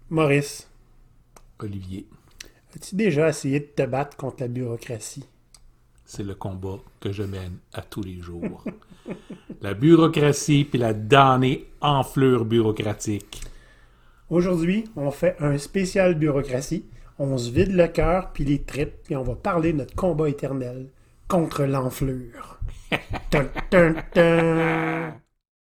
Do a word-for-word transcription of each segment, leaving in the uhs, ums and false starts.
Maurice, Olivier, as-tu déjà essayé de te battre contre la bureaucratie? c'est le combat que je mène à tous les jours. La bureaucratie puis la damnée enflure bureaucratique. Aujourd'hui, on fait un spécial bureaucratie. On se vide le cœur puis les tripes, puis on va parler de notre combat éternel contre l'enflure. Dun, dun, dun.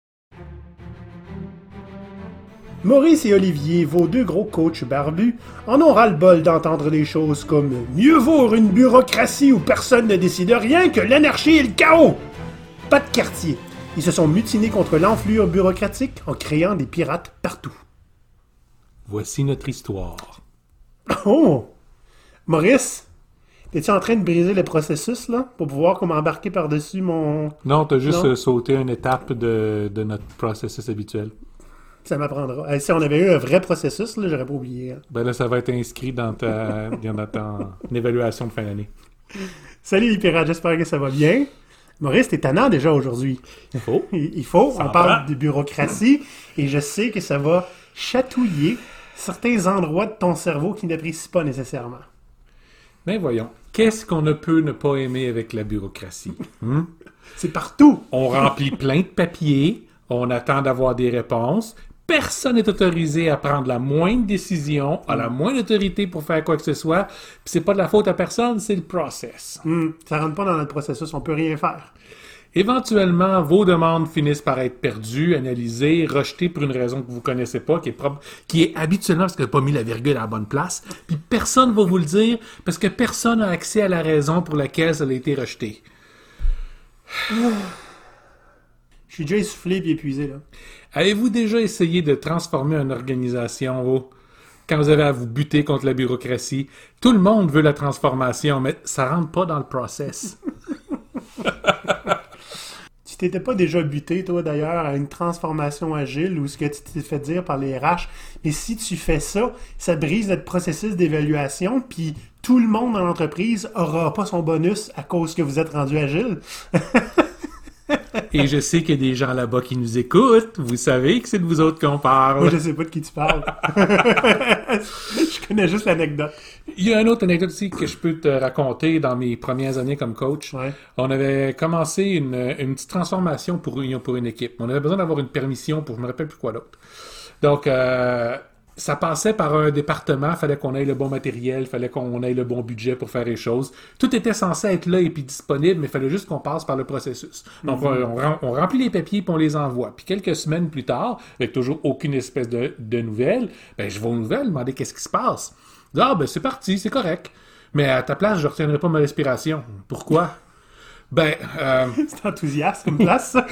Maurice et Olivier, vos deux gros coachs barbus, en ont ras-le-bol d'entendre des choses comme « Mieux vaut une bureaucratie où personne ne décide rien que l'anarchie et le chaos !» Pas de quartier. Ils se sont mutinés contre l'enflure bureaucratique en créant des pirates partout. Voici notre histoire. Oh! Maurice, t'es-tu en train de briser le processus, là, pour pouvoir comme embarquer par-dessus mon... Non, t'as juste Non. euh, sauté une étape de, de notre processus habituel. Ça m'apprendra. Eh, si on avait eu un vrai processus, là, j'aurais pas oublié. Hein. Ben là, ça va être inscrit dans ta dans ta évaluation de fin d'année. Salut les pirates, j'espère que ça va bien. Maurice, t'es tannant déjà aujourd'hui. Il faut. Il il faut, Ça on en parle prend. de bureaucratie, et je sais que ça va chatouiller certains endroits de ton cerveau qui n'apprécient pas nécessairement. Ben voyons. Qu'est-ce qu'on ne peut ne pas aimer avec la bureaucratie? Hmm? C'est partout! On remplit plein de papiers, on attend d'avoir des réponses. Personne n'est autorisé à prendre la moindre décision, à la moindre autorité pour faire quoi que ce soit. Puis c'est pas de la faute à personne, c'est le process. Hmm, ça rentre pas dans notre processus, on peut rien faire. Éventuellement, vos demandes finissent par être perdues, analysées, rejetées pour une raison que vous connaissez pas, qui est, prob- qui est habituellement parce que vous n'avez pas mis la virgule à la bonne place. Puis personne va vous le dire parce que personne n'a accès à la raison pour laquelle ça a été rejeté. Je suis déjà essoufflé et épuisé, là. Avez-vous déjà essayé de transformer une organisation, vous, quand vous avez à vous buter contre la bureaucratie? Tout le monde veut la transformation, mais ça rentre pas dans le process. Tu t'étais pas déjà buté, toi, d'ailleurs, à une transformation agile ou ce que tu t'es fait dire par les R H. Mais si tu fais ça, ça brise notre processus d'évaluation, puis tout le monde dans l'entreprise aura pas son bonus à cause que vous êtes rendu agile. Et je sais qu'il y a des gens là-bas qui nous écoutent. Vous savez que c'est de vous autres qu'on parle. Moi, je sais pas de qui tu parles. Je connais juste l'anecdote. Il y a une autre anecdote aussi que je peux te raconter dans mes premières années comme coach. Ouais. On avait commencé une, une petite transformation pour une, pour une équipe. On avait besoin d'avoir une permission pour, je me rappelle plus quoi d'autre. Donc, euh, ça passait par un département, il fallait qu'on ait le bon matériel, il fallait qu'on ait le bon budget pour faire les choses. Tout était censé être là et puis disponible, mais il fallait juste qu'on passe par le processus. Donc, mm-hmm. on, on, on remplit les papiers puis on les envoie. Puis quelques semaines plus tard, avec toujours aucune espèce de, de nouvelles, ben, je vais aux nouvelles, demander qu'est-ce qui se passe. Je dis, ah, ben, c'est parti, c'est correct. Mais à ta place, je ne retiendrai pas ma respiration. Pourquoi? Ben, euh, c'est enthousiaste comme place, ça.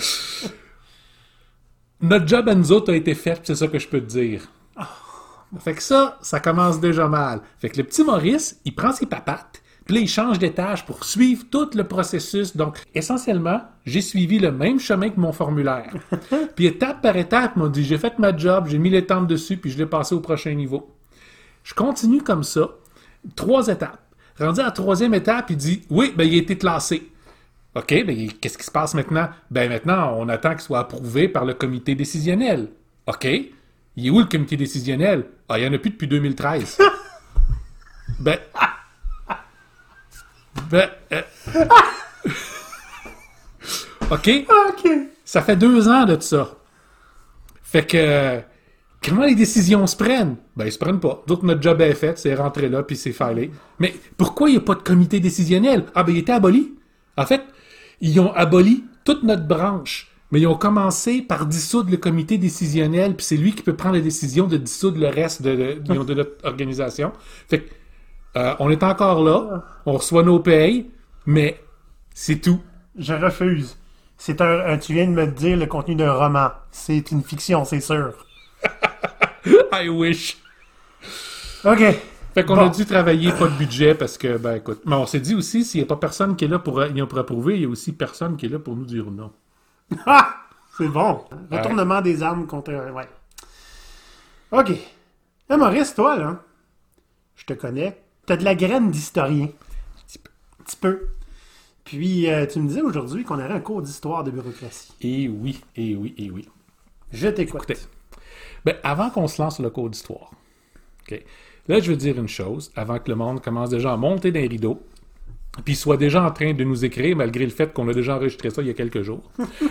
Notre job à nous autres a été fait, c'est ça que je peux te dire. Fait que ça, ça commence déjà mal. Fait que le petit Maurice, il prend ses papates, puis là, il change d'étage pour suivre tout le processus. Donc, essentiellement, j'ai suivi le même chemin que mon formulaire. Puis étape par étape, il m'a dit, j'ai fait ma job, j'ai mis les tentes dessus, puis je l'ai passé au prochain niveau. Je continue comme ça, trois étapes. Rendu à la troisième étape, il dit, oui, ben il a été classé. OK, ben qu'est-ce qui se passe maintenant? Ben maintenant, on attend qu'il soit approuvé par le comité décisionnel. OK. Il est où le comité décisionnel? Ah, il n'y en a plus depuis deux mille treize. ben... Ben... Euh... OK? OK. Ça fait deux ans de ça. Fait que... Comment les décisions se prennent? Ben, ils se prennent pas. D'autres, notre job est fait, c'est rentrer là, puis c'est filé. Mais pourquoi il n'y a pas de comité décisionnel? Ah, ben, il était aboli. En fait, ils ont aboli toute notre branche. Mais ils ont commencé par dissoudre le comité décisionnel, puis c'est lui qui peut prendre la décision de dissoudre le reste de, de, de notre organisation. Fait que, euh, on est encore là, on reçoit nos payes, mais c'est tout. Je refuse. C'est un, un, tu viens de me dire le contenu d'un roman. C'est une fiction, c'est sûr. I wish. OK. Fait qu'on bon. a dû travailler pas de budget parce que, ben écoute, mais on s'est dit aussi, s'il n'y a pas personne qui est là pour, pour approuver, il y a aussi personne qui est là pour nous dire non. Ah! C'est bon. Retournement ouais. des armes contre... Ouais. OK. Hey, Maurice, toi, là, je te connais. T'as de la graine d'historien. Un petit peu. Un petit peu. Puis, euh, tu me disais aujourd'hui qu'on aurait un cours d'histoire de bureaucratie. Et oui, et oui, et oui. Je t'écoute. Écoutez, ben, avant qu'on se lance sur le cours d'histoire, OK. Là, je veux dire une chose, avant que le monde commence déjà à monter dans les rideaux, puis soit déjà en train de nous écrire, malgré le fait qu'on a déjà enregistré ça il y a quelques jours,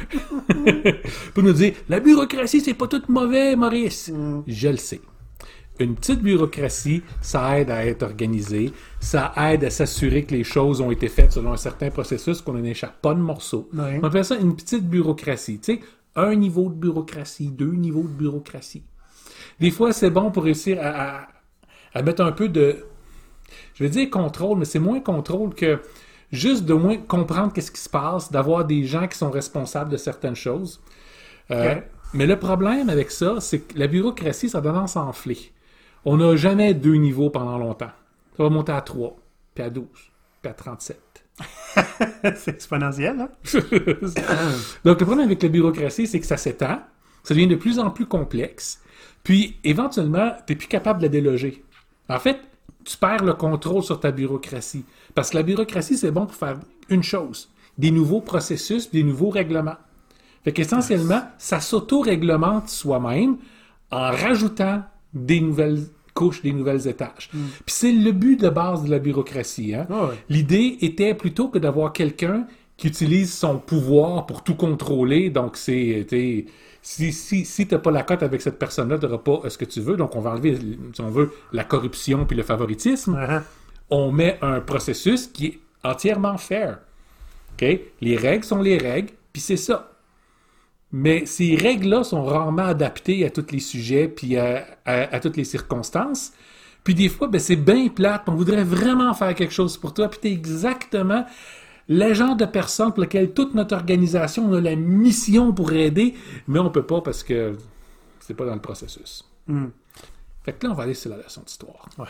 pour nous dire « La bureaucratie, c'est pas tout mauvais, Maurice! Mm. » Je le sais. Une petite bureaucratie, ça aide à être organisé, ça aide à s'assurer que les choses ont été faites selon un certain processus, qu'on n'échappe pas de morceaux. Oui. On appelle ça une petite bureaucratie. Tu sais, un niveau de bureaucratie, deux niveaux de bureaucratie. Des fois, c'est bon pour réussir à, à, à mettre un peu de... Je vais dire contrôle, mais c'est moins contrôle que juste de moins comprendre qu'est-ce qui se passe, d'avoir des gens qui sont responsables de certaines choses. Euh, okay. Mais le problème avec ça, c'est que la bureaucratie, ça a tendance à enfler. On n'a jamais deux niveaux pendant longtemps. Ça va monter à trois, puis à douze, puis à trente-sept. C'est exponentiel, hein? Donc, le problème avec la bureaucratie, c'est que ça s'étend, ça devient de plus en plus complexe, puis éventuellement, tu n'es plus capable de la déloger. En fait, tu perds le contrôle sur ta bureaucratie. Parce que la bureaucratie, c'est bon pour faire une chose, des nouveaux processus, des nouveaux règlements. Fait qu'essentiellement, ça s'auto-réglemente soi-même en rajoutant des nouvelles couches, des nouvelles étages. Mm. Puis c'est le but de base de la bureaucratie. Hein? Oh oui. L'idée était plutôt que d'avoir quelqu'un qui utilise son pouvoir pour tout contrôler. Donc, c'est... T'es, si si, si tu n'as pas la cote avec cette personne-là, tu n'auras pas ce que tu veux. Donc, on va enlever, si on veut, la corruption puis le favoritisme. Uh-huh. On met un processus qui est entièrement fair. Okay? Les règles sont les règles, puis c'est ça. Mais ces règles-là sont rarement adaptées à tous les sujets puis à, à, à toutes les circonstances. Puis des fois, ben, c'est bien plate. On voudrait vraiment faire quelque chose pour toi. Puis tu es exactement le genre de personne pour laquelle toute notre organisation a la mission pour aider, mais on ne peut pas parce que c'est pas dans le processus. Mm. Fait que là, on va aller sur la leçon d'histoire. Ouais.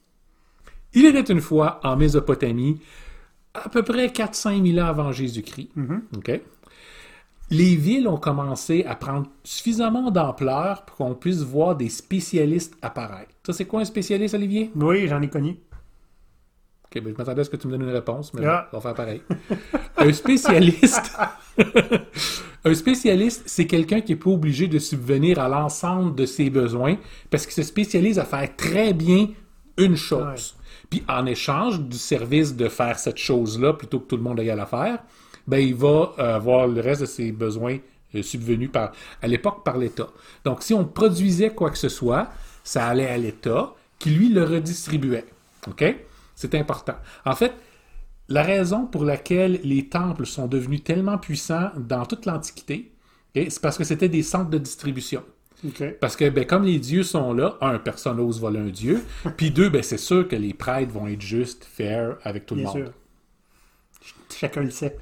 Il était une fois en Mésopotamie, à peu près quatre à cinq mille ans avant Jésus-Christ. Mm-hmm. OK? Les villes ont commencé à prendre suffisamment d'ampleur pour qu'on puisse voir des spécialistes apparaître. Ça, c'est quoi un spécialiste, Olivier? Oui, j'en ai connu. OK, ben je m'attendais à ce que tu me donnes une réponse, mais ah. on va faire pareil. Un spécialiste, un spécialiste, c'est quelqu'un qui n'est pas obligé de subvenir à l'ensemble de ses besoins parce qu'il se spécialise à faire très bien une chose. Ouais. Puis en échange du service de faire cette chose-là, plutôt que tout le monde aille à la faire, ben, il va euh, avoir le reste de ses besoins euh, subvenus par, à l'époque par l'État. Donc, si on produisait quoi que ce soit, ça allait à l'État qui, lui, le redistribuait. OK? C'est important. En fait, la raison pour laquelle les temples sont devenus tellement puissants dans toute l'Antiquité, okay, c'est parce que c'était des centres de distribution. Okay. Parce que, ben, comme les dieux sont là, un, personne n'ose voler un dieu, puis deux, ben, c'est sûr que les prêtres vont être justes, fair, avec tout Bien le monde. Sûr. Chacun le sait.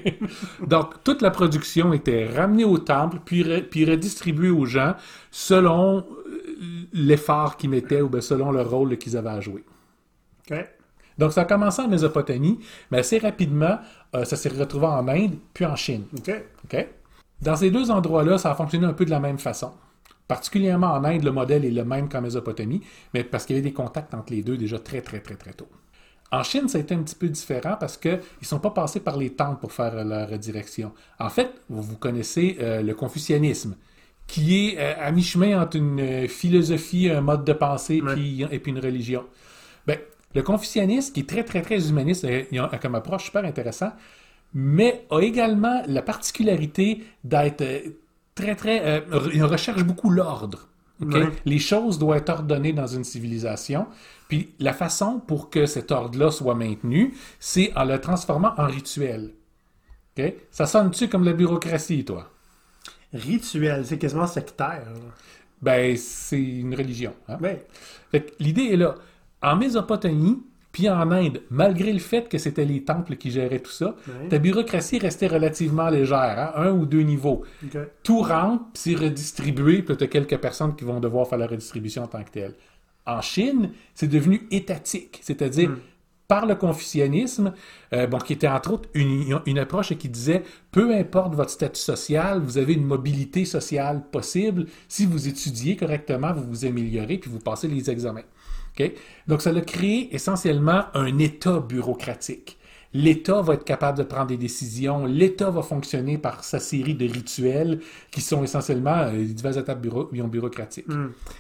Donc, toute la production était ramenée au temple, puis, re, puis redistribuée aux gens selon l'effort qu'ils mettaient ou bien selon le rôle qu'ils avaient à jouer. Okay. Donc, ça a commencé en Mésopotamie, mais assez rapidement, euh, ça s'est retrouvé en Inde, puis en Chine. Okay. Okay? Dans ces deux endroits-là, ça a fonctionné un peu de la même façon. Particulièrement en Inde, le modèle est le même qu'en Mésopotamie, mais parce qu'il y avait des contacts entre les deux déjà très, très, très, très tôt. En Chine, ça a été un petit peu différent parce qu'ils ne sont pas passés par les temples pour faire euh, leur redirection. En fait, vous, vous connaissez euh, le confucianisme, qui est euh, à mi-chemin entre une euh, philosophie, un mode de pensée ouais. puis, et puis une religion. Ben, le confucianisme, qui est très, très, très humaniste, il a comme approche super intéressant, mais a également la particularité d'être euh, très, très... Euh, il recherche beaucoup l'ordre. Okay? Ouais. Les choses doivent être ordonnées dans une civilisation. Puis la façon pour que cet ordre-là soit maintenu, c'est en le transformant en rituel. Okay? Ça sonne-tu comme la bureaucratie, toi? Rituel, c'est quasiment sectaire. Ben, c'est une religion. Hein? Ouais. Fait que l'idée est là. En Mésopotamie, puis en Inde, malgré le fait que c'était les temples qui géraient tout ça, ouais. ta bureaucratie restait relativement légère, hein? un ou deux niveaux. Okay. Tout rentre, puis c'est redistribué, puis tu as quelques personnes qui vont devoir faire la redistribution en tant que telle. En Chine, c'est devenu étatique, c'est-à-dire mm. par le confucianisme, euh, bon, qui était entre autres une, une approche qui disait « peu importe votre statut social, vous avez une mobilité sociale possible. Si vous étudiez correctement, vous vous améliorez, puis vous passez les examens. » Okay? Donc, ça a créé essentiellement un État bureaucratique. L'État va être capable de prendre des décisions. L'État va fonctionner par sa série de rituels qui sont essentiellement euh, les diverses étapes bureau- bureaucratiques. Mm.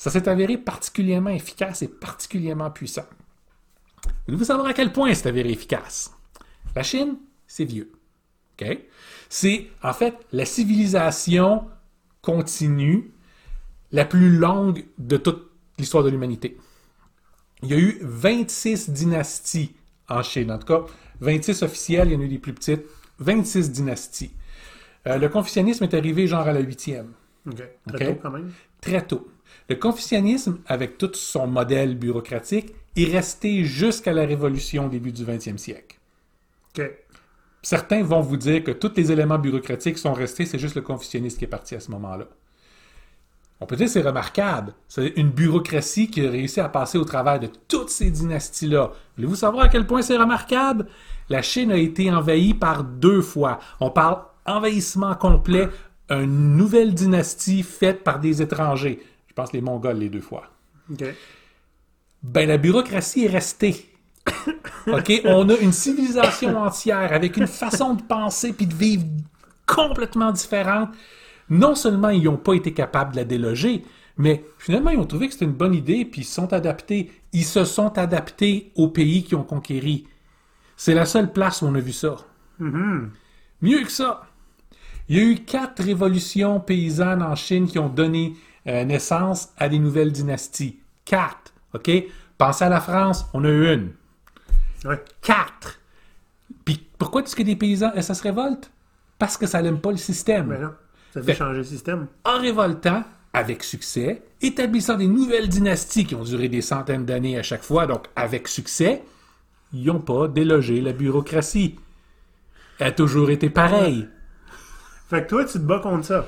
ça s'est avéré particulièrement efficace et particulièrement puissant. Voulez-vous savoir à quel point c'est avéré efficace? La Chine, c'est vieux. OK? C'est, en fait, la civilisation continue la plus longue de toute l'histoire de l'humanité. Il y a eu vingt-six dynasties en Chine. En tout cas, vingt-six officielles, il y en a eu des plus petites. vingt-six dynasties. Euh, le confucianisme est arrivé genre à la huitième. OK. Très OK? tôt, quand même. Très tôt. Le confucianisme, avec tout son modèle bureaucratique, est resté jusqu'à la Révolution au début du vingtième siècle. OK. Certains vont vous dire que tous les éléments bureaucratiques sont restés, c'est juste le confucianisme qui est parti à ce moment-là. On peut dire que c'est remarquable. C'est une bureaucratie qui a réussi à passer au travers de toutes ces dynasties-là. Voulez-vous savoir à quel point c'est remarquable? La Chine a été envahie par deux fois. On parle envahissement complet, une nouvelle dynastie faite par des étrangers. Je pense les Mongols les deux fois. OK. Ben, la bureaucratie est restée. OK? On a une civilisation entière avec une façon de penser puis de vivre complètement différente. Non seulement ils n'ont pas été capables de la déloger, mais finalement, ils ont trouvé que c'était une bonne idée puis ils se sont adaptés. Ils se sont adaptés aux pays qui ont conquéri. C'est la seule place où on a vu ça. Mm-hmm. Mieux que ça. Il y a eu quatre révolutions paysannes en Chine qui ont donné euh, naissance à des nouvelles dynasties. Quatre. OK? Pensez à la France, on a eu une. Ouais. Quatre. Puis pourquoi est-ce que des paysans, ça se révolte? Parce que ça n'aime pas le système. Ben non. Ça fait Fait- changer le système. En révoltant, avec succès, établissant des nouvelles dynasties qui ont duré des centaines d'années à chaque fois, donc avec succès, ils n'ont pas délogé la bureaucratie. Elle a toujours été pareille. Fait que toi, tu te bats contre ça.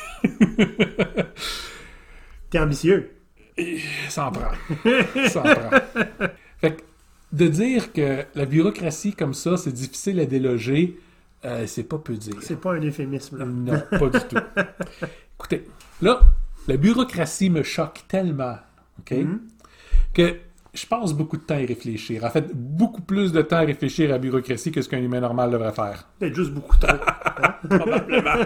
T'es ambitieux. Ça en prend. Ça en prend. Fait que de dire que la bureaucratie comme ça, c'est difficile à déloger, euh, c'est pas peu dire. C'est pas un euphémisme, là. Non, pas du tout. Écoutez, là, la bureaucratie me choque tellement, OK, Mm-hmm. que je passe beaucoup de temps à y réfléchir. En fait, beaucoup plus de temps à réfléchir à la bureaucratie que ce qu'un humain normal devrait faire. Peut-être juste beaucoup trop. Hein? Probablement.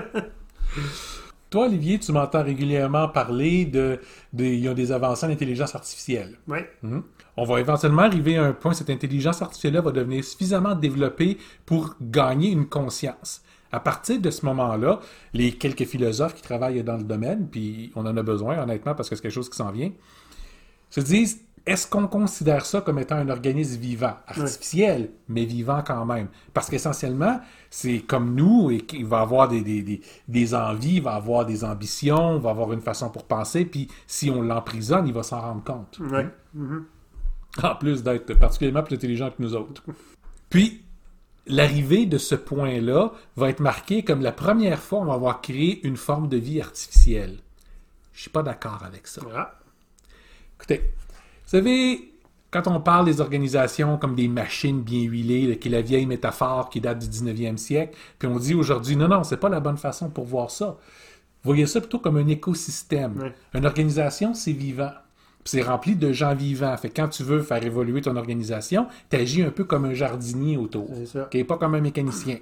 Toi, Olivier, tu m'entends régulièrement parler de, de il y a des avancées en intelligence artificielle. Ouais. Mhm. On va éventuellement arriver à un point où cette intelligence artificielle-là va devenir suffisamment développée pour gagner une conscience. À partir de ce moment-là, les quelques philosophes qui travaillent dans le domaine, puis on en a besoin, honnêtement, parce que c'est quelque chose qui s'en vient, se disent, est-ce qu'on considère ça comme étant un organisme vivant, artificiel, ouais. mais vivant quand même? Parce qu'essentiellement, c'est comme nous, et il va avoir des, des, des, des envies, il va avoir des ambitions, il va avoir une façon pour penser, puis si on l'emprisonne, il va s'en rendre compte. Ouais. Mm-hmm. En plus d'être particulièrement plus intelligent que nous autres. Puis, l'arrivée de ce point-là va être marquée comme la première fois on va avoir créé une forme de vie artificielle. Je suis pas d'accord avec ça. Ah. Écoutez, vous savez, quand on parle des organisations comme des machines bien huilées, là, qui est la vieille métaphore qui date du dix-neuvième siècle, puis on dit aujourd'hui, non, non, c'est pas la bonne façon pour voir ça. Voyez ça plutôt comme un écosystème. Oui. Une organisation, c'est vivant. Puis c'est rempli de gens vivants. Fait que quand tu veux faire évoluer ton organisation, tu agis un peu comme un jardinier autour. C'est ça. Okay? Pas comme un mécanicien.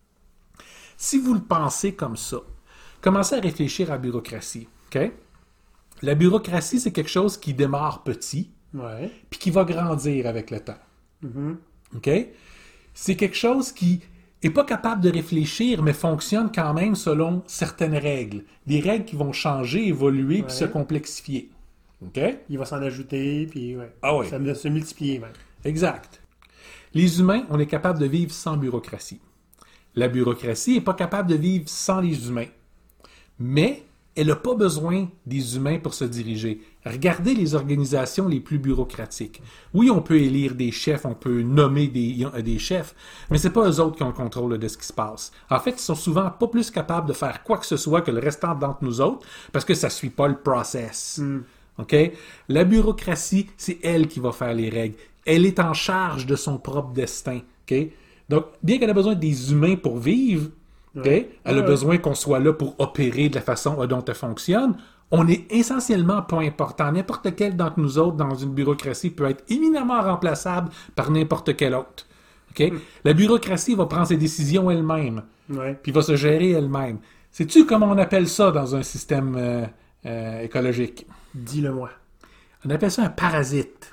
Si vous le pensez comme ça, commencez à réfléchir à la bureaucratie. Okay? La bureaucratie, c'est quelque chose qui démarre petit, Ouais. puis qui va grandir avec le temps. Mm-hmm. OK? C'est quelque chose qui n'est pas capable de réfléchir, mais fonctionne quand même selon certaines règles. Des règles qui vont changer, évoluer, Ouais. puis se complexifier. OK? Il va s'en ajouter, puis ouais. Ah oui. Ça va se multiplier, même. Exact. Les humains, on est capable de vivre sans bureaucratie. La bureaucratie n'est pas capable de vivre sans les humains. Mais elle n'a pas besoin des humains pour se diriger. Regardez les organisations les plus bureaucratiques. Oui, on peut élire des chefs, on peut nommer des, des chefs, mais c'est pas eux autres qui ont le contrôle de ce qui se passe. En fait, ils sont souvent pas plus capables de faire quoi que ce soit que le restant d'entre nous autres, parce que ça suit pas le process. Mm. OK? La bureaucratie, c'est elle qui va faire les règles. Elle est en charge de son propre destin. OK? Donc, bien qu'elle ait besoin des humains pour vivre, okay, Ouais. elle a Ouais. besoin qu'on soit là pour opérer de la façon dont elle fonctionne. On est essentiellement pas important. N'importe quel d'entre nous autres dans une bureaucratie peut être éminemment remplaçable par n'importe quel autre. OK? Mm. La bureaucratie va prendre ses décisions elle-même, Ouais. puis va se gérer elle-même. Sais-tu comment on appelle ça dans un système euh, euh, écologique. Dis-le-moi. On appelle ça un parasite.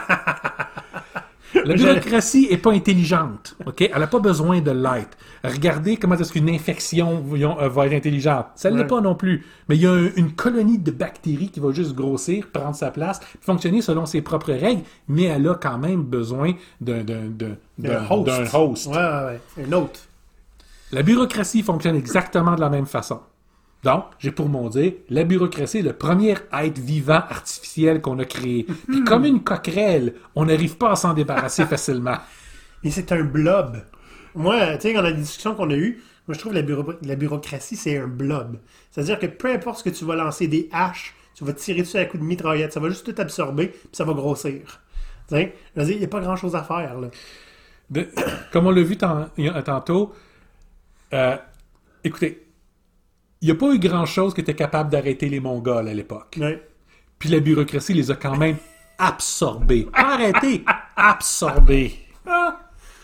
La bureaucratie n'est pas intelligente, ok? Elle n'a pas besoin de l'être. Regardez comment est-ce qu'une infection va être intelligente. Ça ne l'est ouais. pas non plus. Mais il y a un, une colonie de bactéries qui va juste grossir, prendre sa place, fonctionner selon ses propres règles, mais elle a quand même besoin d'un, d'un, d'un, d'un, host. d'un host. Ouais, ouais, ouais. Un autre. La bureaucratie fonctionne exactement de la même façon. Donc, j'ai pour mon dire, la bureaucratie est le premier être vivant artificiel qu'on a créé. Puis comme une coquerelle, on n'arrive pas à s'en débarrasser facilement. Et c'est un blob. Moi, tu sais, dans la discussion qu'on a eue, moi je trouve que la, bureau- la bureaucratie, c'est un blob. C'est-à-dire que peu importe ce que tu vas lancer des haches, tu vas tirer dessus à coups de mitraillette, ça va juste tout absorber, puis ça va grossir. Tu sais, je veux dire, il n'y a pas grand-chose à faire, là. De, comme on l'a vu tant, tantôt, euh, écoutez, il n'y a pas eu grand-chose qui était capable d'arrêter les Mongols à l'époque. Oui. Puis la bureaucratie les a quand même absorbés. Arrêtés! Absorbés. Ah,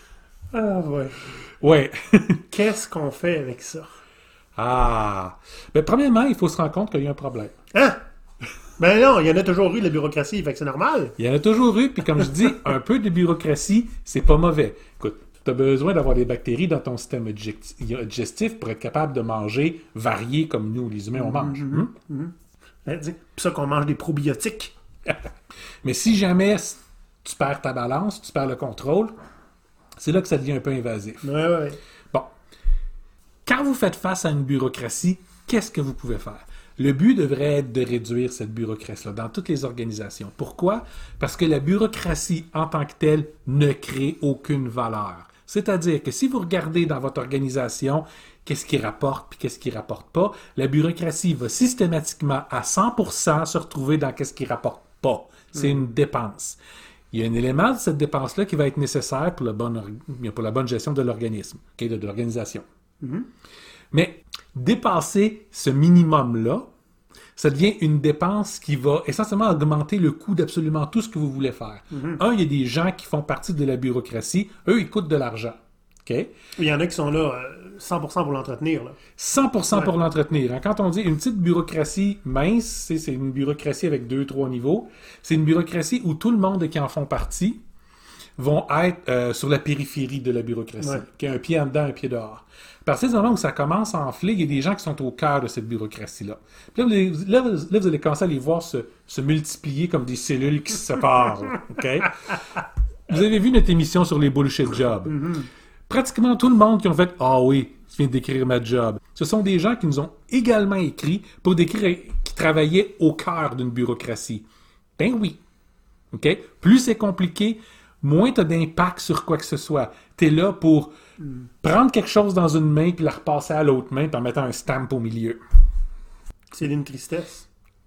ah ouais. Ouais. Qu'est-ce qu'on fait avec ça? Ah. Ben, premièrement, il faut se rendre compte qu'il y a un problème. Hein? Ben non, il y en a toujours eu de la bureaucratie, fait que c'est normal. Il y en a toujours eu, puis comme je dis, un peu de bureaucratie, c'est pas mauvais. Écoute, tu as besoin d'avoir des bactéries dans ton système digestif pour être capable de manger varié comme nous, les humains, on mange. Mm-hmm. Mm-hmm. C'est pour ça qu'on mange des probiotiques. Mais si jamais tu perds ta balance, tu perds le contrôle, c'est là que ça devient un peu invasif. Ouais, ouais. Bon. Quand vous faites face à une bureaucratie, qu'est-ce que vous pouvez faire? Le but devrait être de réduire cette bureaucratie-là dans toutes les organisations. Pourquoi? Parce que la bureaucratie en tant que telle ne crée aucune valeur. C'est-à-dire que si vous regardez dans votre organisation qu'est-ce qui rapporte puis qu'est-ce qui ne rapporte pas, la bureaucratie va systématiquement à cent pour cent se retrouver dans qu'est-ce qui ne rapporte pas. C'est mmh. une dépense. Il y a un élément de cette dépense-là qui va être nécessaire pour, le bon or- pour la bonne gestion de l'organisme, okay, de, de l'organisation. Mmh. Mais dépasser ce minimum-là, ça devient une dépense qui va essentiellement augmenter le coût d'absolument tout ce que vous voulez faire. Mm-hmm. Un, il y a des gens qui font partie de la bureaucratie. Eux, ils coûtent de l'argent. Okay? Il y en a qui sont là euh, cent pour cent pour l'entretenir. Là. cent pour cent ouais. pour l'entretenir. Quand on dit une petite bureaucratie mince, c'est, c'est une bureaucratie avec deux, trois niveaux. C'est une bureaucratie où tout le monde qui en font partie vont être euh, sur la périphérie de la bureaucratie, ouais. qui a un pied en dedans, un pied dehors. À partir du moment où ça commence à enfler, il y a des gens qui sont au cœur de cette bureaucratie-là. Puis là, vous allez, là, là, vous allez commencer à les voir se, se multiplier comme des cellules qui se séparent. Okay? Vous avez vu notre émission sur les bullshit jobs. Mm-hmm. Pratiquement tout le monde qui ont fait « Ah oui, je viens de décrire ma job », ce sont des gens qui nous ont également écrit pour décrire qui travaillaient au cœur d'une bureaucratie. Ben oui. Okay? Plus c'est compliqué, moins tu as d'impact sur quoi que ce soit. Tu es là pour mm. prendre quelque chose dans une main puis la repasser à l'autre main puis en mettant un stamp au milieu. C'est une tristesse.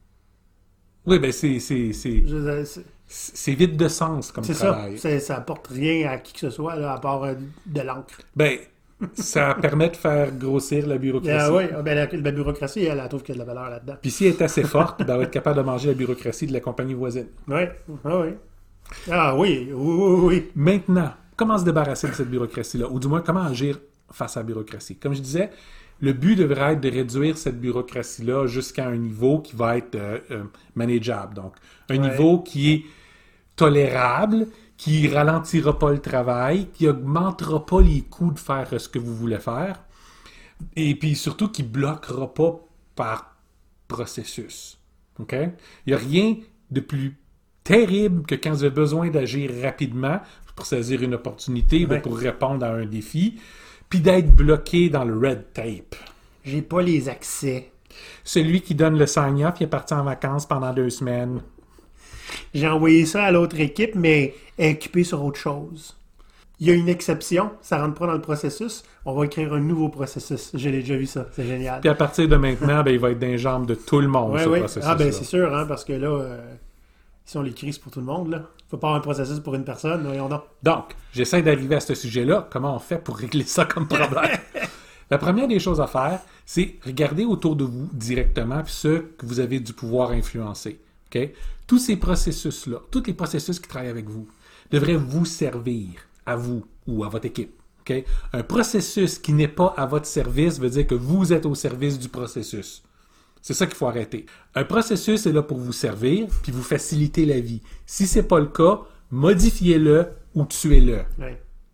Oui, ben c'est... C'est, c'est, Je, c'est... c'est vide de sens comme c'est travail. Ça, c'est, ça apporte rien à qui que ce soit, là, à part euh, de l'encre. Ben, ça permet de faire grossir la bureaucratie. Ah oui, ben, la, la bureaucratie, elle, elle trouve qu'il y a de la valeur là-dedans. Puis si elle est assez forte, ben, elle va être capable de manger la bureaucratie de la compagnie voisine. Oui, ah oui. Ah oui, oui, oui, oui. Maintenant, comment se débarrasser de cette bureaucratie-là? Ou du moins, comment agir face à la bureaucratie? Comme je disais, le but devrait être de réduire cette bureaucratie-là jusqu'à un niveau qui va être euh, euh, manageable. Donc, un ouais. niveau qui est tolérable, qui ralentira pas le travail, qui augmentera pas les coûts de faire ce que vous voulez faire, et puis surtout qui bloquera pas par processus. OK? Il n'y a rien de plus terrible que quand vous avez besoin d'agir rapidement pour saisir une opportunité, ouais. pour répondre à un défi, puis d'être bloqué dans le red tape. J'ai pas les accès. Celui qui donne le sign-off, il est parti en vacances pendant deux semaines. J'ai envoyé ça à l'autre équipe, mais elle est occupée sur autre chose. Il y a une exception, ça rentre pas dans le processus, on va écrire un nouveau processus. J'ai déjà vu ça, c'est génial. Puis à partir de maintenant, ben, il va être dans les jambes de tout le monde, ouais, ce ouais. processus-là. Ah ben c'est sûr, hein, parce que là, euh, si on l'écrit, c'est pour tout le monde, là. Faut pas avoir un processus pour une personne, voyons donc. Donc, j'essaie d'arriver à ce sujet-là. Comment on fait pour régler ça comme problème? La première des choses à faire, c'est regarder autour de vous directement ceux que vous avez du pouvoir influencer. Okay? Tous ces processus-là, tous les processus qui travaillent avec vous, devraient vous servir, à vous ou à votre équipe. Okay? Un processus qui n'est pas à votre service veut dire que vous êtes au service du processus. C'est ça qu'il faut arrêter. Un processus est là pour vous servir puis vous faciliter la vie. Si c'est pas le cas, modifiez-le ou tuez-le. Oui.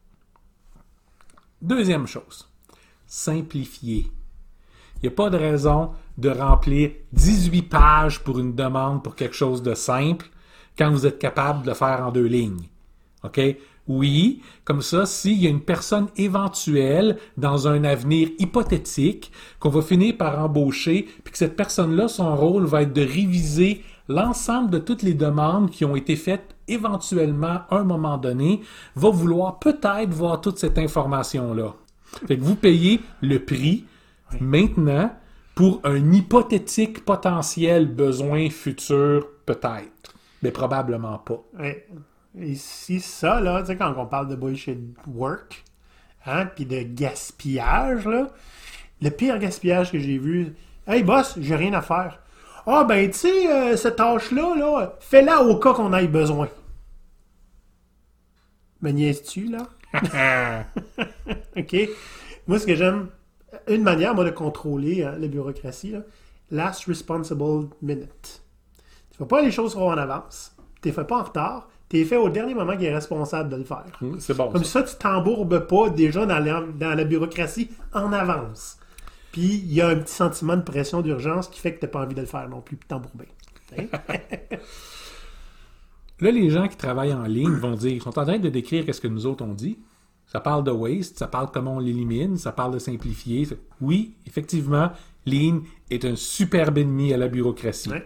Deuxième chose, simplifier. Il n'y a pas de raison de remplir dix-huit pages pour une demande pour quelque chose de simple quand vous êtes capable de le faire en deux lignes. OK? Oui, comme ça, s'il y a une personne éventuelle dans un avenir hypothétique qu'on va finir par embaucher, puis que cette personne-là, son rôle va être de réviser l'ensemble de toutes les demandes qui ont été faites éventuellement à un moment donné, va vouloir peut-être voir toute cette information-là. Fait que vous payez le prix oui. maintenant pour un hypothétique potentiel besoin futur, peut-être, mais probablement pas. Oui. Ici, ça, là, tu sais, quand on parle de bullshit work, hein, puis de gaspillage, là, le pire gaspillage que j'ai vu, « Hey, boss, j'ai rien à faire. » Ah, ben, tu sais, euh, cette tâche-là, là, fais-la au cas qu'on ait besoin. Me niaises-tu, là? OK. Moi, ce que j'aime, une manière, moi, de contrôler hein, la bureaucratie, là, last responsible minute. Tu fais pas les choses trop en avance, tu les fais pas en retard, tu les fais au dernier moment qui est responsable de le faire. Mmh, c'est bon. Comme ça, ça tu t'embourbes pas déjà dans la, dans la bureaucratie en avance. Puis, il y a un petit sentiment de pression d'urgence qui fait que tu n'as pas envie de le faire non plus, puis t'embourber. Là, les gens qui travaillent en ligne vont dire, ils sont en train de décrire ce que nous autres on dit. Ça parle de waste, ça parle comment on l'élimine, ça parle de simplifier. Oui, effectivement, Lean est un superbe ennemi à la bureaucratie. Ouais.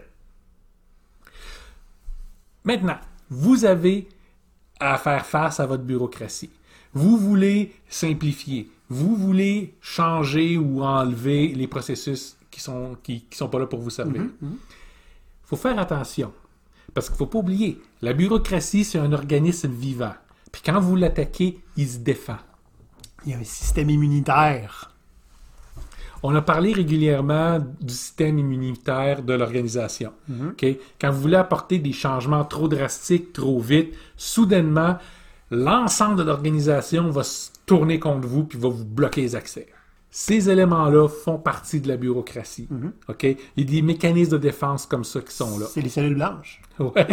Maintenant, vous avez à faire face à votre bureaucratie. Vous voulez simplifier. Vous voulez changer ou enlever les processus qui sont qui, qui sont pas là pour vous servir. Il mm-hmm. faut faire attention. Parce qu'il ne faut pas oublier, la bureaucratie, c'est un organisme vivant. Puis quand vous l'attaquez, il se défend. Il y a un système immunitaire. On a parlé régulièrement du système immunitaire de l'organisation. Mm-hmm. Okay? Quand vous voulez apporter des changements trop drastiques, trop vite, soudainement, l'ensemble de l'organisation va se tourner contre vous puis va vous bloquer les accès. Ces éléments-là font partie de la bureaucratie. Mm-hmm. Okay? Il y a des mécanismes de défense comme ça qui sont là. C'est les cellules blanches. Ouais.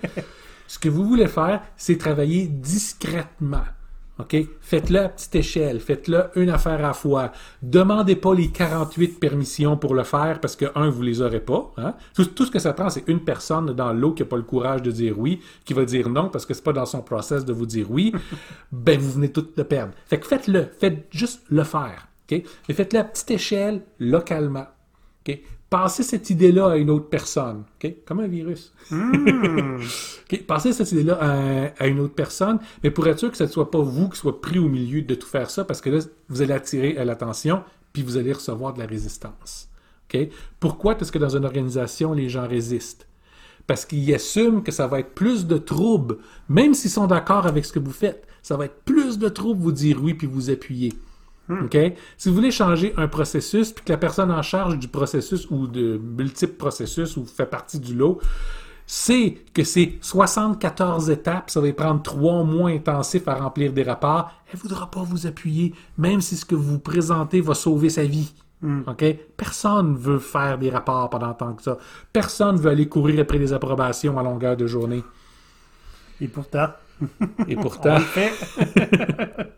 Ce que vous voulez faire, c'est travailler discrètement. Okay? Faites-le à petite échelle. Faites-le une affaire à la fois. Demandez pas les quarante-huit permissions pour le faire parce que, un, vous les aurez pas. Hein? Tout, tout ce que ça prend, c'est une personne dans l'eau qui n'a pas le courage de dire oui, qui va dire non parce que c'est pas dans son process de vous dire oui. Ben, vous venez tout de perdre. Fait que faites-le. Faites juste le faire. Okay? Et faites-le à petite échelle, localement. Okay? Passez cette idée-là à une autre personne. Okay? Comme un virus. Mm. Okay? Passez cette idée-là à, à une autre personne, mais pour être sûr que ce ne soit pas vous qui soit pris au milieu de tout faire ça, parce que là, vous allez attirer à l'attention, puis vous allez recevoir de la résistance. Okay? Pourquoi est-ce que dans une organisation, les gens résistent? Parce qu'ils assument que ça va être plus de trouble, même s'ils sont d'accord avec ce que vous faites. Ça va être plus de trouble vous dire oui, puis vous appuyer. Okay? Si vous voulez changer un processus, puis que la personne en charge du processus ou de multiples processus ou fait partie du lot, sait que c'est soixante-quatorze étapes, ça va prendre trois mois intensifs à remplir des rapports, elle ne voudra pas vous appuyer, même si ce que vous présentez va sauver sa vie. Mm. Okay? Personne ne veut faire des rapports pendant tant que ça. Personne ne veut aller courir après des approbations à longueur de journée. Et pourtant... Et pourtant... On le fait.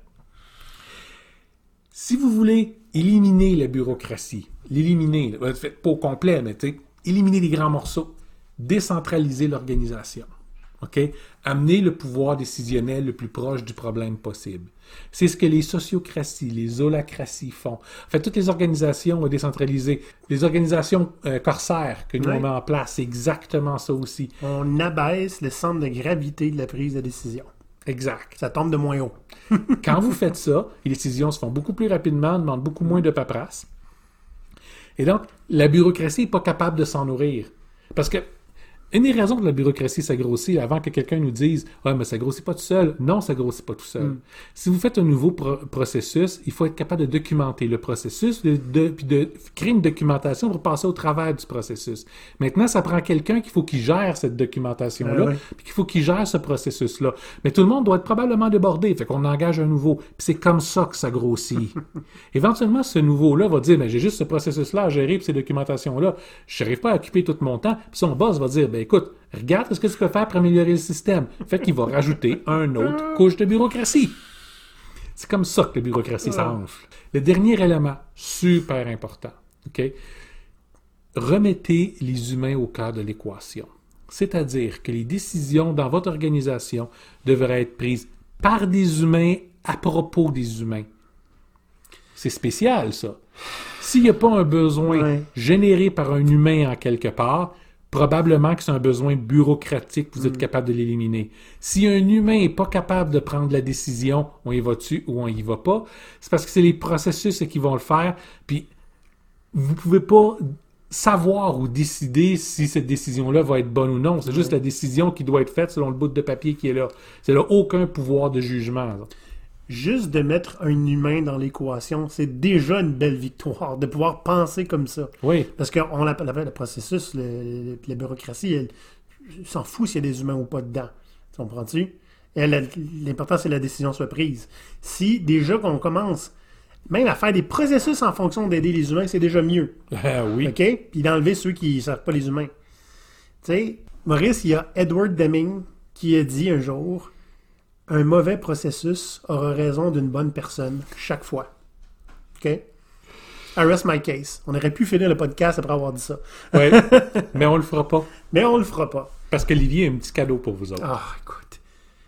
Si vous voulez éliminer la bureaucratie, l'éliminer, pas au complet, mais éliminer les grands morceaux, décentraliser l'organisation, okay? Amener le pouvoir décisionnel le plus proche du problème possible. C'est ce que les sociocraties, les holacraties font. En fait, toutes les organisations décentralisées, les organisations euh, corsaires que nous oui. on met en place, c'est exactement ça aussi. On abaisse le centre de gravité de la prise de décision. Exact. Ça tombe de moins haut. Quand vous faites ça, les décisions se font beaucoup plus rapidement, demandent beaucoup moins de paperasse. Et donc, la bureaucratie n'est pas capable de s'en nourrir. Parce que Une des raisons que la bureaucratie s'agrossit, avant que quelqu'un nous dise « Ah, mais ça grossit pas tout seul », non, ça grossit pas tout seul. Mm. Si vous faites un nouveau pro- processus, il faut être capable de documenter le processus, de, de, puis de créer une documentation pour passer au travers du processus. Maintenant, ça prend quelqu'un qu'il faut qu'il gère cette documentation-là, euh, oui. puis qu'il faut qu'il gère ce processus-là. Mais tout le monde doit être probablement débordé, fait qu'on engage un nouveau. Puis c'est comme ça que ça grossit. Éventuellement, ce nouveau-là va dire « Mais j'ai juste ce processus-là à gérer, puis ces documentations-là. Je n'arrive pas à occuper tout mon temps. » Puis son boss va dire « Ben écoute, regarde ce que tu peux faire pour améliorer le système. » Fait qu'il va rajouter un autre couche de bureaucratie. C'est comme ça que la bureaucratie s'enfle. Le dernier élément, super important, OK? Remettez les humains au cœur de l'équation. C'est-à-dire que les décisions dans votre organisation devraient être prises par des humains à propos des humains. C'est spécial, ça. S'il n'y a pas un besoin ouais. généré par un humain en quelque part, probablement que c'est un besoin bureaucratique, vous êtes mm. capable de l'éliminer. Si un humain n'est pas capable de prendre la décision, on y va-tu ou on y va pas, c'est parce que c'est les processus qui vont le faire, puis vous pouvez pas savoir ou décider si cette décision-là va être bonne ou non. C'est juste ouais. la décision qui doit être faite selon le bout de papier qui est là. C'est là aucun pouvoir de jugement. Là. Juste de mettre un humain dans l'équation, c'est déjà une belle victoire, de pouvoir penser comme ça. Oui. Parce qu'on l'appelle le processus, le, le, la bureaucratie, elle s'en fout s'il y a des humains ou pas dedans. Tu comprends-tu? Elle, l'important, c'est que la décision soit prise. Si déjà qu'on commence même à faire des processus en fonction d'aider les humains, c'est déjà mieux. Ah oui. OK? Puis d'enlever ceux qui ne servent pas les humains. Tu sais, Maurice, il y a Edward Deming qui a dit un jour... Un mauvais processus aura raison d'une bonne personne chaque fois. OK? I rest my case. On aurait pu finir le podcast après avoir dit ça. Oui, mais on le fera pas. Mais on le fera pas. Parce qu'Olivier a un petit cadeau pour vous autres. Ah, écoute.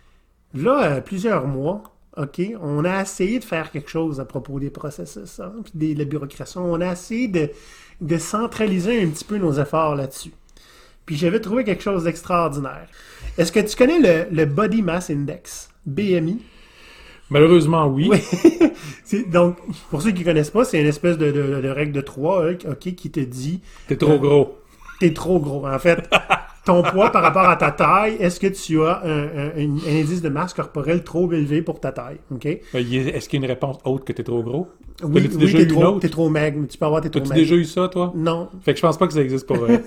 Là, euh, plusieurs mois, OK, on a essayé de faire quelque chose à propos des processus, hein, puis de la bureaucratie. On a essayé de, de centraliser un petit peu nos efforts là-dessus. Puis j'avais trouvé quelque chose d'extraordinaire. Est-ce que tu connais le, le Body Mass Index? B M I? Malheureusement, oui. oui. c'est, donc, pour ceux qui ne connaissent pas, c'est une espèce de, de, de règle de trois hein, okay, qui te dit... T'es trop euh, gros. T'es trop gros. En fait, ton poids par rapport à ta taille, est-ce que tu as un, un, un, un indice de masse corporelle trop élevé pour ta taille? Okay? Est-ce qu'il y a une réponse autre que t'es trop gros? Oui, T'as-tu oui déjà t'es, eu trop, une autre? t'es trop maigre. Tu peux avoir t'es trop T'as-tu maigre. déjà eu ça, toi? Non. Fait que je pense pas que ça existe pour vrai.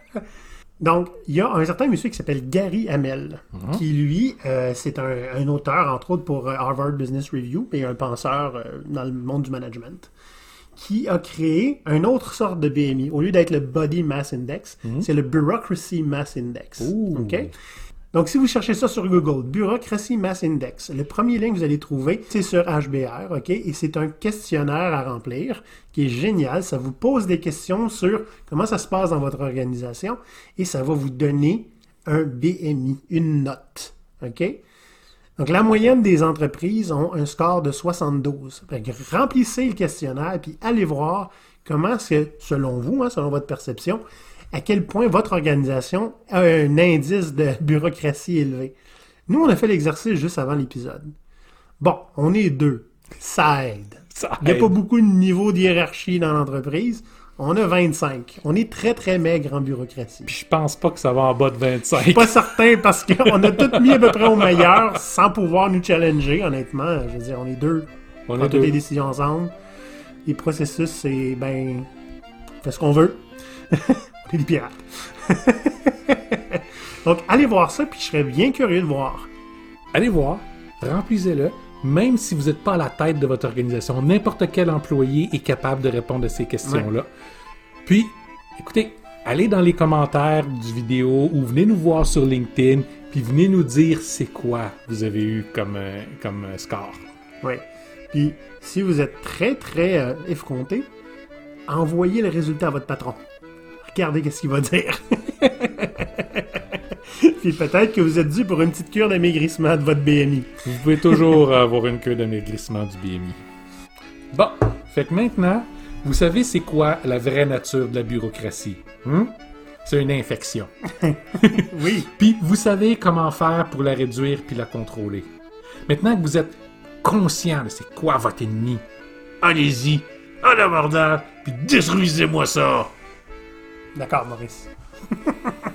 Donc, il y a un certain monsieur qui s'appelle Gary Hamel, mm-hmm. qui, lui, euh, c'est un, un auteur, entre autres, pour Harvard Business Review, et un penseur euh, dans le monde du management, qui a créé une autre sorte de B M I. Au lieu d'être le Body Mass Index, mm-hmm. c'est le Bureaucracy Mass Index. Ooh. OK? Donc, si vous cherchez ça sur Google, Bureaucracy Mass Index, le premier lien que vous allez trouver, c'est sur H B R, OK? Et c'est un questionnaire à remplir qui est génial. Ça vous pose des questions sur comment ça se passe dans votre organisation et ça va vous donner un B M I, une note, OK? Donc, la moyenne des entreprises ont un score de soixante-douze. Donc, remplissez le questionnaire puis allez voir comment c'est, selon vous, hein, selon votre perception, à quel point votre organisation a un indice de bureaucratie élevé. Nous, on a fait l'exercice juste avant l'épisode. Bon, on est deux. Ça aide. Ça Il n'y a pas beaucoup de niveau de hiérarchie dans l'entreprise. On a vingt-cinq. On est très, très maigre en bureaucratie. Puis je pense pas que ça va en bas de vingt-cinq. Je suis pas certain parce qu'on a tout mis à peu près au meilleur sans pouvoir nous challenger, honnêtement. Je veux dire, on est deux. On, on a toutes les décisions ensemble. Les processus, c'est, ben, on fait ce qu'on veut. On est des pirates. Donc, allez voir ça, puis je serais bien curieux de voir. Allez voir, remplissez-le, même si vous n'êtes pas à la tête de votre organisation. N'importe quel employé est capable de répondre à ces questions-là. Ouais. Puis, écoutez, allez dans les commentaires du vidéo ou venez nous voir sur LinkedIn, puis venez nous dire c'est quoi vous avez eu comme, euh, comme euh, score. Oui. Puis, si vous êtes très, très euh, effronté, envoyez le résultat à votre patron. Regardez qu'est-ce qu'il va dire. Puis peut-être que vous êtes dû pour une petite cure d'amaigrissement de votre B M I. Vous pouvez toujours avoir une cure d'amaigrissement du B M I. Bon, fait que maintenant, vous savez c'est quoi la vraie nature de la bureaucratie. Hum? C'est une infection. Oui. Puis vous savez comment faire pour la réduire puis la contrôler. Maintenant que vous êtes conscient de c'est quoi votre ennemi, allez-y, à la bordade, puis détruisez-moi ça. D'accord, Maurice.